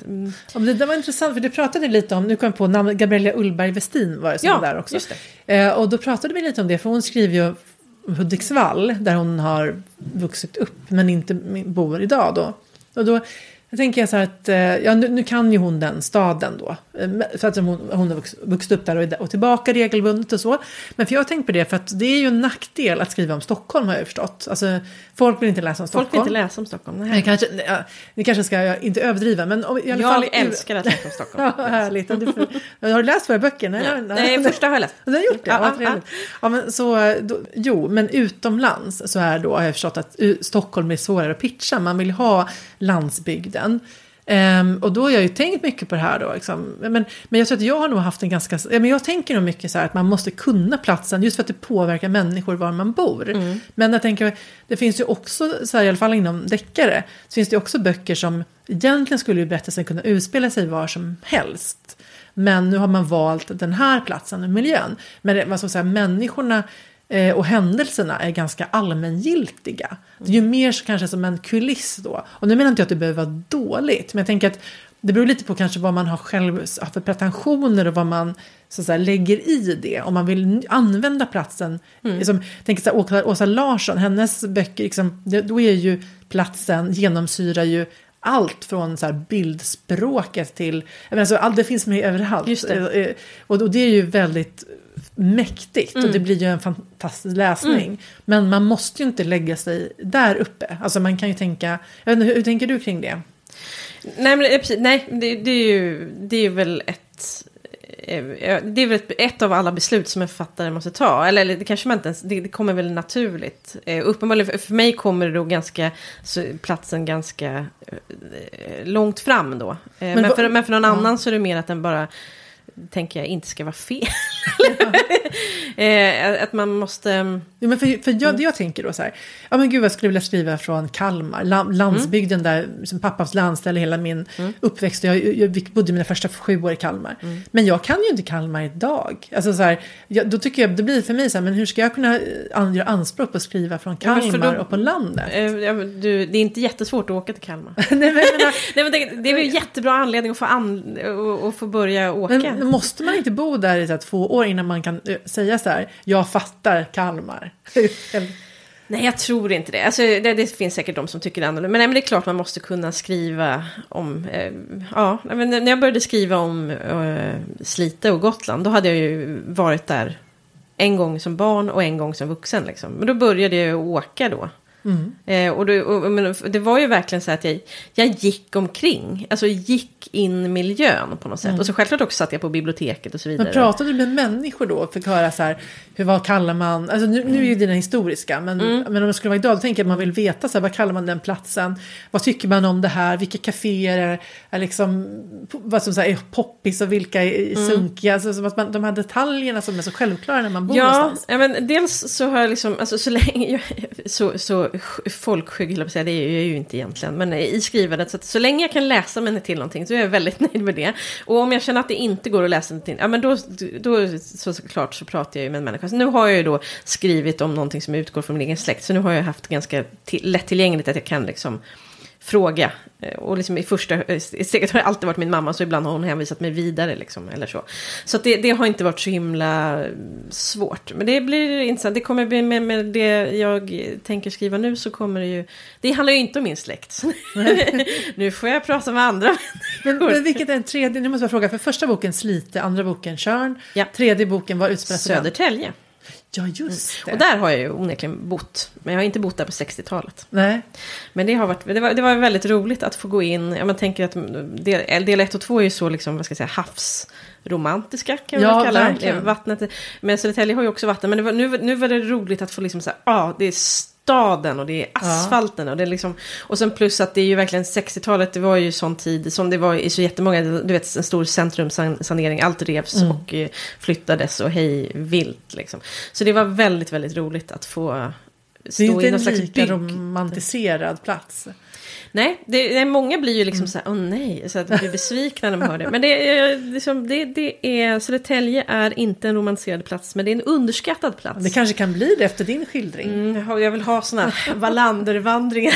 Det var intressant för du pratade lite om, nu kom jag på namnet, Gabriella Ullberg Westin var det som var där också. Just det. Och då pratade vi lite om det för hon skriver ju Hudiksvall där hon har vuxit upp men inte bor idag då. Och då jag tänker så här att nu kan ju hon den staden då. För att hon har vuxit upp där och tillbaka regelbundet och så. Men för jag har tänkt på det för att det är ju en nackdel att skriva om Stockholm har jag förstått. Alltså folk vill inte läsa om Stockholm. Folk vill inte läsa om Stockholm. Nej. Ni kanske ska inte överdriva. Men i alla fall, älskar att läsa om Stockholm. Ja, härligt. Har du läst våra böcker? Nej, första har jag läst. Du har gjort det? Ja, men så, men utomlands så är då, har jag förstått att Stockholm är svårare att pitcha. Man vill ha landsbygden. Och då har jag ju tänkt mycket på det här då liksom. Men jag tror att jag har nog haft en ganska, men jag tänker nog mycket så här att man måste kunna platsen just för att det påverkar människor var man bor. Men jag tänker, det finns ju också så här, i alla fall inom deckare så finns det också böcker som egentligen skulle ju berättelsen kunna utspela sig var som helst. Men nu har man valt den här platsen och miljön. Men vad ska jag säga, människorna och händelserna är ganska allmängiltiga. Det är ju mer så kanske som en kuliss då. Och nu menar inte jag att det behöver vara dåligt. Men jag tänker att det beror lite på kanske vad man har själv för pretensioner och vad man så att säga, lägger i det. Om man vill använda platsen. Liksom, tänker så här, Åsa Larsson, hennes böcker, liksom, då är ju platsen, genomsyrar ju allt från så här bildspråket till, alltså, det finns med överallt. Just det. Och det är ju väldigt mäktigt och det blir ju en fantastisk läsning. Men man måste ju inte lägga sig där uppe. Alltså man kan ju tänka, jag vet inte, hur tänker du kring det? Nej, men det är ju väl det är väl ett av alla beslut som en författare måste ta. Eller det kanske man inte ens, det kommer väl naturligt. Uppenbarligen, för mig kommer det då platsen ganska långt fram då. Men för någon annan så är det mer att den bara, tänker jag, inte ska vara fel. Att man måste... Ja, men för jag tänker då så här, ja men gud, jag skulle vilja skriva från Kalmar, landsbygden där, som pappas landställe hela min uppväxt. Jag bodde mina första 7 år i Kalmar. Men jag kan ju inte Kalmar idag. Alltså så här, då tycker jag, det blir för mig så här, men hur ska jag kunna göra anspråk på att skriva från Kalmar och på landet? Det är inte jättesvårt att åka till Kalmar. Det är väl en jättebra anledning att få börja åka. Men måste man inte bo där i så här 2 år innan man kan säga så här, jag fattar Kalmar? Nej, jag tror inte det. Alltså, det finns säkert de som tycker det annorlunda. Men det är klart man måste kunna skriva om... när jag började skriva om Slite och Gotland, då hade jag ju varit där en gång som barn och en gång som vuxen. Liksom. Men då började jag åka då. Men det var ju verkligen så att jag gick omkring, alltså gick in miljön på något sätt, och så självklart också satt jag på biblioteket och så vidare. Men pratade du med människor då och fick höra så här, vad kallar man, alltså nu är ju dina historiska, men om det skulle vara idag, då tänker jag att man vill veta så här, vad kallar man den platsen, vad tycker man om det här, vilka kaféer är liksom, vad som så här, är poppis och vilka är sunkiga, alltså, som att de här detaljerna som är så självklara när man bor någonstans. Ja, men dels så har jag liksom, alltså så länge så folkskygg, det är jag ju inte egentligen, men i skrivandet, så länge jag kan läsa mig till någonting så är jag väldigt nöjd med det. Och om jag känner att det inte går att läsa mig till, ja men då såklart så pratar jag ju med en människa. Så nu har jag ju då skrivit om någonting som utgår från min egen släkt, så nu har jag haft ganska lättillgängligt att jag kan liksom fråga, och liksom i första steget har det alltid varit min mamma, så ibland har hon hänvisat mig vidare liksom, eller så. Så att det har inte varit så himla svårt, men det blir intressant. Det kommer bli med det jag tänker skriva nu, så kommer det ju, det handlar ju inte om min släkt. Nu får jag prata med andra människor. Men vilket är den tredje, nu måste jag fråga, för första boken Slite, andra boken Tjörn, tredje boken var utspelat Södertälje. Ja, just det. Och där har jag ju onekligen bott. Men jag har inte bott där på 60-talet. Nej. Men det var väldigt roligt att få gå in. Man tänker att del 1 och 2 är ju så liksom, vad ska jag säga, havsromantiska kan man kalla det. Vattnet. Men Södertälje har ju också vatten. Men nu var det roligt att få liksom så här, det är staden och det är asfalten och det är liksom, och sen plus att det är ju verkligen 60-talet, det var ju sån tid som det var i så jättemånga, du vet, en stor centrumsanering, allt revs och flyttades och hej vilt liksom. Så det var väldigt, väldigt roligt att få stå i någon slags bygg. Det är inte en lika romantiserad plats. Nej, många blir ju liksom så här, nej, så att de blir besvikna när de hör det. Men det är Södertälje är inte en romantiserad plats, men det är en underskattad plats. Det kanske kan bli det efter din skildring. Jag vill ha såna Wallandervandringar.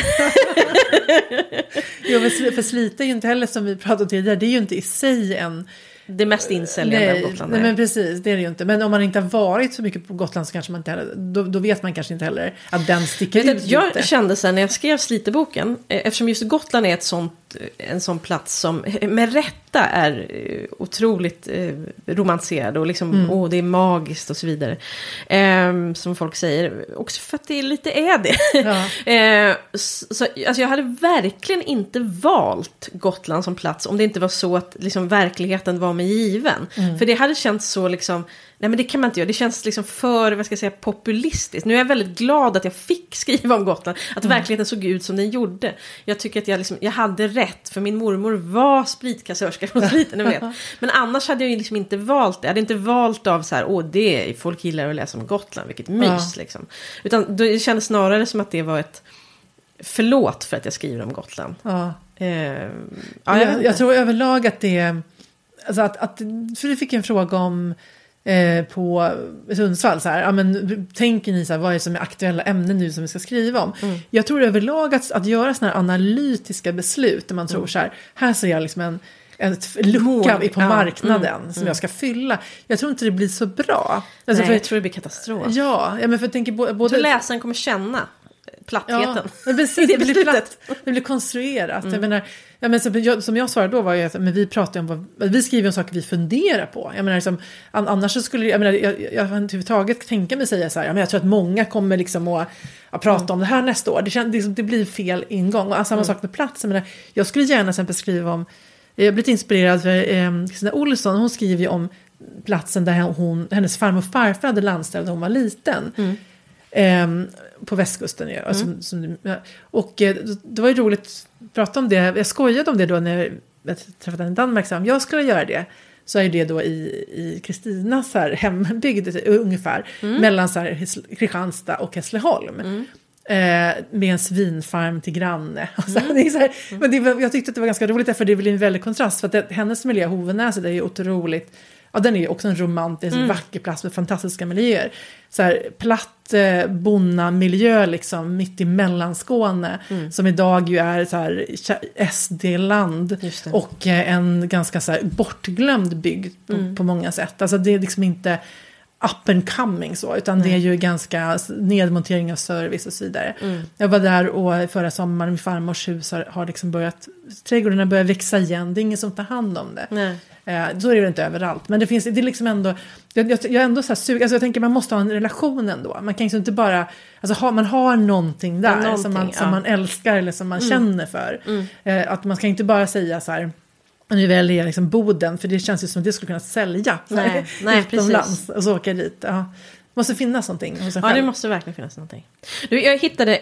Jo, för Slite är ju inte heller, som vi pratade om tidigare, det är ju inte i sig det mest insäljande av Gotland. Nej, men precis, det är det ju inte. Men om man inte har varit så mycket på Gotland så kanske man inte heller, då vet man kanske inte heller att den sticker ut. Jag kände sen när jag skrev Sliteboken, eftersom just Gotland är en sån plats som med rätta är otroligt romantiserad och liksom, det är magiskt och så vidare. Som folk säger. Också för att det lite är det. Ja. Så, alltså jag hade verkligen inte valt Gotland som plats om det inte var så att liksom, verkligheten var mig given. För det hade känts så liksom, nej men det kan man inte göra. Det känns liksom för, vad ska jag säga, populistiskt. Nu är jag väldigt glad att jag fick skriva om Gotland. Att verkligheten såg ut som den gjorde. Jag tycker att jag hade rätt. För min mormor var spritkassörska från Slite, ni vet. Men annars hade jag ju liksom inte valt det. Jag hade inte valt av så här, folk gillar att läsa om Gotland. Vilket mys liksom. Utan det kändes snarare som att det var ett förlåt för att jag skriver om Gotland. Ja. Jag tror överlag att det, alltså för du fick en fråga om på Sundsvall så här, men tänker ni så här, vad är det som är aktuella ämnen nu som vi ska skriva om? Jag tror överlag att göra såna här analytiska beslut där man tror så här ser jag liksom en lucka på marknaden som jag ska fylla. Jag tror inte det blir så bra. Alltså, jag tror det blir katastrof. Ja, men för jag tänker både läsaren kommer känna plattheten. Ja, men precis, det blir konstruerat. Jag menar, som jag svarade då var ju att men vi pratar om vi skriver om saker vi funderar på. Jag menar liksom, annars så skulle jag överhuvudtaget tänka mig säga så här, men jag tror att många kommer liksom att prata om det här nästa år. Det blir fel ingång och samma sak med plats. Jag skulle gärna till exempel skriva om Jag har blivit inspirerad för Kristina Olsson, hon skriver ju om platsen där hennes farmor och farfar hade landställe när hon var liten. På västkusten. Ja. Och det var ju roligt att prata om det. Jag skojade om det då när jag träffade henne i Danmark. Så jag skulle göra det. Så är det då i Kristinas här hembygd ungefär. Mellan så här Kristianstad och Hässleholm. Med en svinfarm till granne. Och så, det är så här, men jag tyckte att det var ganska roligt. För det blir en väldig kontrast. För att hennes miljö, Hovenäset, är ju otroligt... Ja, den är ju också en romantisk, vacker plats med fantastiska miljöer. Så här, platt bonna-miljö liksom, mitt i Mellanskåne. Som idag ju är så här SD-land. Och en ganska så här bortglömd bygd på många sätt. Alltså det är liksom inte up and coming så, utan det är ju ganska nedmontering av service och så vidare. Jag var där och förra sommaren, min farmors hus har liksom börjat, trädgårdarna börjar växa igen, det är ingen som tar hand om det. Så är det inte överallt, men det är liksom ändå, jag är ändå så här sug, alltså jag tänker man måste ha en relation ändå, man kan ju inte bara, alltså man har någonting där som man älskar eller som man känner för, att man ska inte bara säga så här, nu väljer jag liksom Boden, för det känns ju som att det skulle kunna sälja. Nej, utomlands och så åka dit. Ja. Det måste finnas någonting hos en själv. Ja, det måste verkligen finnas någonting. Jag hittade,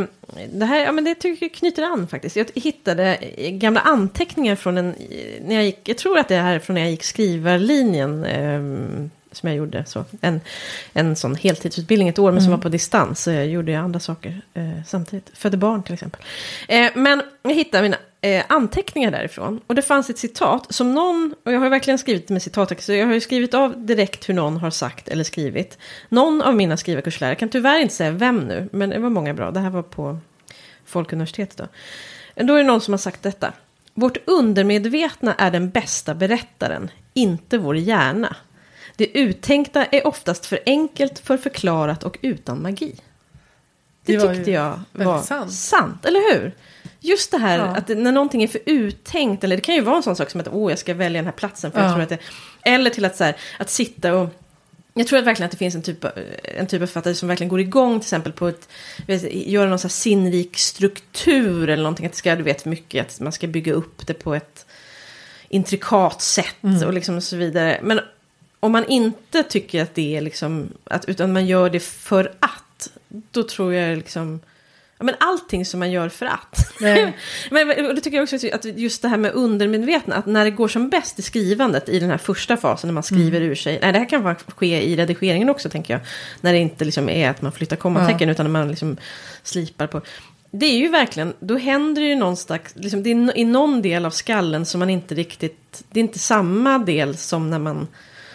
det här, ja men det tycker jag knyter an faktiskt. Jag hittade gamla anteckningar från när jag gick, jag tror att det är här från när jag gick skrivarlinjen, som jag gjorde så. En sån heltidsutbildning ett år, men som var på distans. Gjorde jag andra saker samtidigt. Födde barn till exempel. Men jag hittade mina anteckningar därifrån. Och det fanns ett citat som någon, och jag har verkligen skrivit med citat, så jag har ju skrivit av direkt hur någon har sagt eller skrivit. Någon av mina skrivarkurslärare, kan tyvärr inte säga vem nu, men det var många bra. Det här var på Folkuniversitetet då. Då är det någon som har sagt detta. Vårt undermedvetna är den bästa berättaren, inte vår hjärna. Det uttänkta är oftast för enkelt, för förklarat och utan magi. Det tyckte jag var sant, eller hur? Just det här att när någonting är för uttänkt, eller det kan ju vara en sån sak som att jag ska välja den här platsen för jag tror att det, eller till att så här, att sitta och, jag tror att verkligen att det finns en typ av författare som verkligen går igång till exempel på ett, göra någon så här sinnrik struktur eller någonting, att det ska, du vet, mycket att man ska bygga upp det på ett intrikat sätt och liksom och så vidare. Men om man inte tycker att det är liksom utan man gör det för att, då tror jag liksom, ja, men allting som man gör för att. Men det tycker jag också att just det här med undermedvetna, att när det går som bäst i skrivandet i den här första fasen när man skriver ur sig, nej, det här kan ske i redigeringen också, tänker jag, när det inte liksom är att man flyttar kommatecken utan när man liksom slipar på. Det är ju verkligen, då händer ju någonstans liksom, det är i någon del av skallen som man inte riktigt, det är inte samma del som när man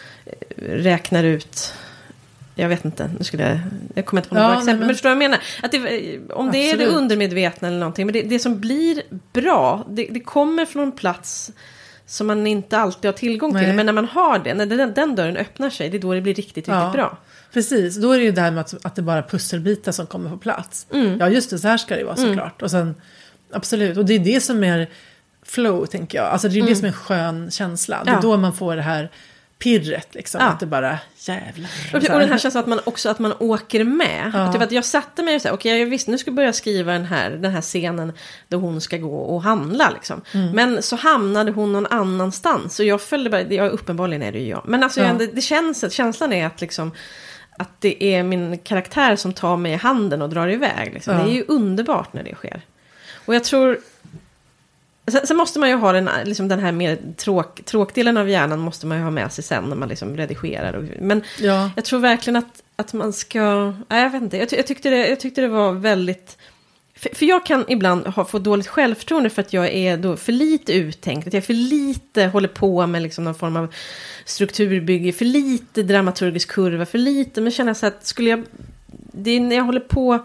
räknar ut, jag vet inte, jag kommer inte på något exempel, men förstår vad jag menar? Att om det är det undermedvetna eller någonting, men det som blir bra, det kommer från en plats som man inte alltid har tillgång till, men när man har det, när den dörren öppnar sig, det är då det blir riktigt bra. Precis, då är det ju det här med att det bara är pusselbitar som kommer på plats. Ja, just det, så här ska det vara såklart. Och sen, absolut, och det är det som är flow, tänker jag. Alltså det är det som är en skön känsla. Det är då man får det här pirret liksom, att det bara jävlar. Och den här känslan att man åker med. Typ att jag satte mig och sa, okej, jag visste nu ska jag börja skriva den här scenen där hon ska gå och handla liksom. Men så hamnade hon någon annanstans och jag följde bara, uppenbarligen är det ju jag. Men alltså det känns att känslan är att liksom att det är min karaktär som tar mig i handen och drar iväg liksom. Det är ju underbart när det sker. Och jag tror sen måste man ju ha den här mer tråkdelen av hjärnan måste man ju ha med sig sen när man liksom redigerar. Men jag tror verkligen att man ska, jag vet inte, jag tyckte det var väldigt, för jag kan ibland få dåligt självförtroende för att jag är då för lite uttänkt, att jag för lite håller på med liksom någon form av strukturbygge, för lite dramaturgisk kurva, för lite, men känner så att när jag håller på,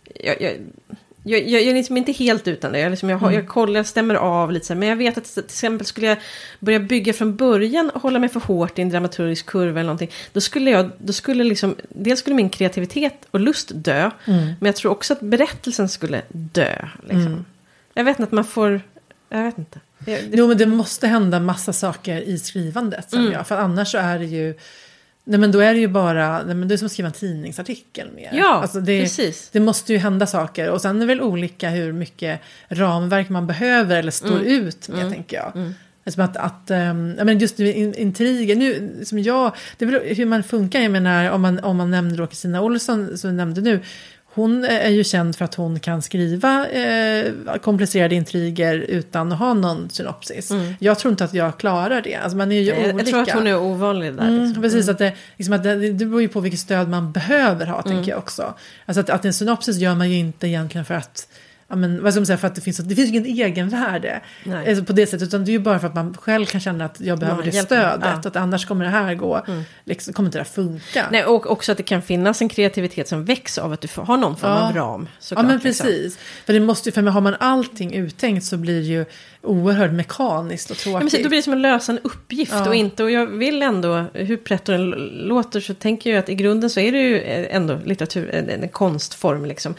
jag är liksom inte helt utan det. Jag kollar, jag stämmer av lite så här, men jag vet att till exempel skulle jag börja bygga från början och hålla mig för hårt i en dramaturgisk kurva eller någonting, då skulle liksom, dels skulle min kreativitet och lust dö, men jag tror också att berättelsen skulle dö liksom. Jag vet inte att man får, jag vet inte. Jo, men det måste hända massa saker i skrivandet, för annars så är det ju, nej, men då är det ju bara, nej, men det är som att skriva en tidningsartikel mer. Ja, alltså precis. Det måste ju hända saker. Och sen är det väl olika hur mycket ramverk man behöver eller står ut med, tänker jag. Alltså jag menar just intriger, nu, som det är väl hur man funkar, jag menar, om man nämner då Kristina Olsson, som vi nämnde nu, hon är ju känd för att hon kan skriva komplicerade intriger utan att ha någon synopsis. Jag tror inte att jag klarar det. Alltså man är ju olika. Jag tror att hon är ovanlig där. Liksom. Precis, att det beror ju på vilket stöd man behöver ha, tänker jag också. Alltså att en synopsis gör man ju inte egentligen för att vad ska man säga, för att det finns ju ingen egenvärde alltså på det sättet, utan det är ju bara för att man själv kan känna att jag behöver det stödet, att annars kommer det här gå, liksom, kommer inte det funka. Nej, och också att det kan finnas en kreativitet som växer av att du har någon form av ram. Såklart, men precis. Liksom. För det måste ju, för har man allting uttänkt så blir det ju oerhört mekaniskt och tråkigt. Men då blir det som att lösa en uppgift och jag vill ändå, hur prätt den låter, så tänker jag att i grunden så är det ju ändå litteratur, en konstform liksom.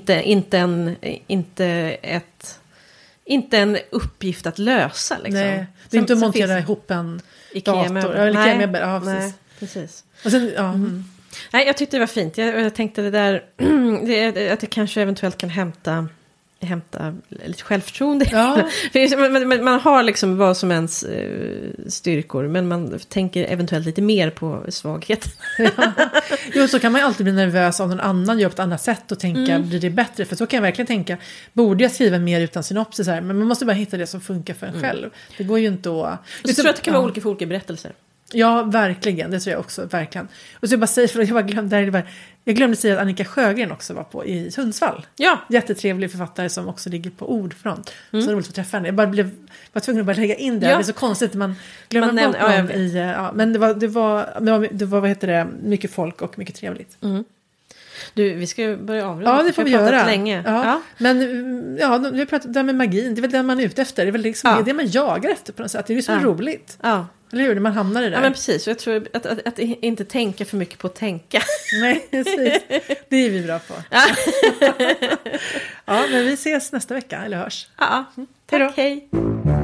Inte en uppgift att lösa liksom. Nej, det är inte att montera ihop en dator. Eller nej, precis. Och sen, Nej, jag tyckte det var fint. Jag tänkte det där att det kanske eventuellt kan hämta lite självförtroende. Ja. man har liksom vad som ens styrkor, men man tänker eventuellt lite mer på svaghet. Jo, så kan man ju alltid bli nervös om någon annan gör på ett annat sätt och tänka, blir det bättre? För så kan jag verkligen tänka, borde jag skriva mer utan synopsis här? Men man måste bara hitta det som funkar för en själv. Det går ju inte att... Jag tror att det kan vara olika för olika berättelser. Ja, verkligen. Det tror jag också, verkligen. Och så jag bara säger, för jag glömde säga att Annika Sjögren också var i Sundsvall. Ja. Jättetrevlig författare som också ligger på Ordfront. Så roligt att träffa henne. Jag var tvungen att bara lägga in det. Ja. Det är så konstigt att man glömmer bort någon i... men det var vad heter det, mycket folk och mycket trevligt. Du, vi ska börja avrunda. Ja, det får vi göra. Länge. Ja. Men vi har pratat där med magin. Det är väl det man är ute efter. Det är väl liksom det man jagar efter på något sätt. Det är ju så roligt. Ja. Eller hur? När man hamnar i det där. Ja, men precis. Och jag tror att inte tänka för mycket på att tänka. Nej, precis. Det är vi bra på. Ja, men vi ses nästa vecka. Eller hörs. Ja, tack. Hej.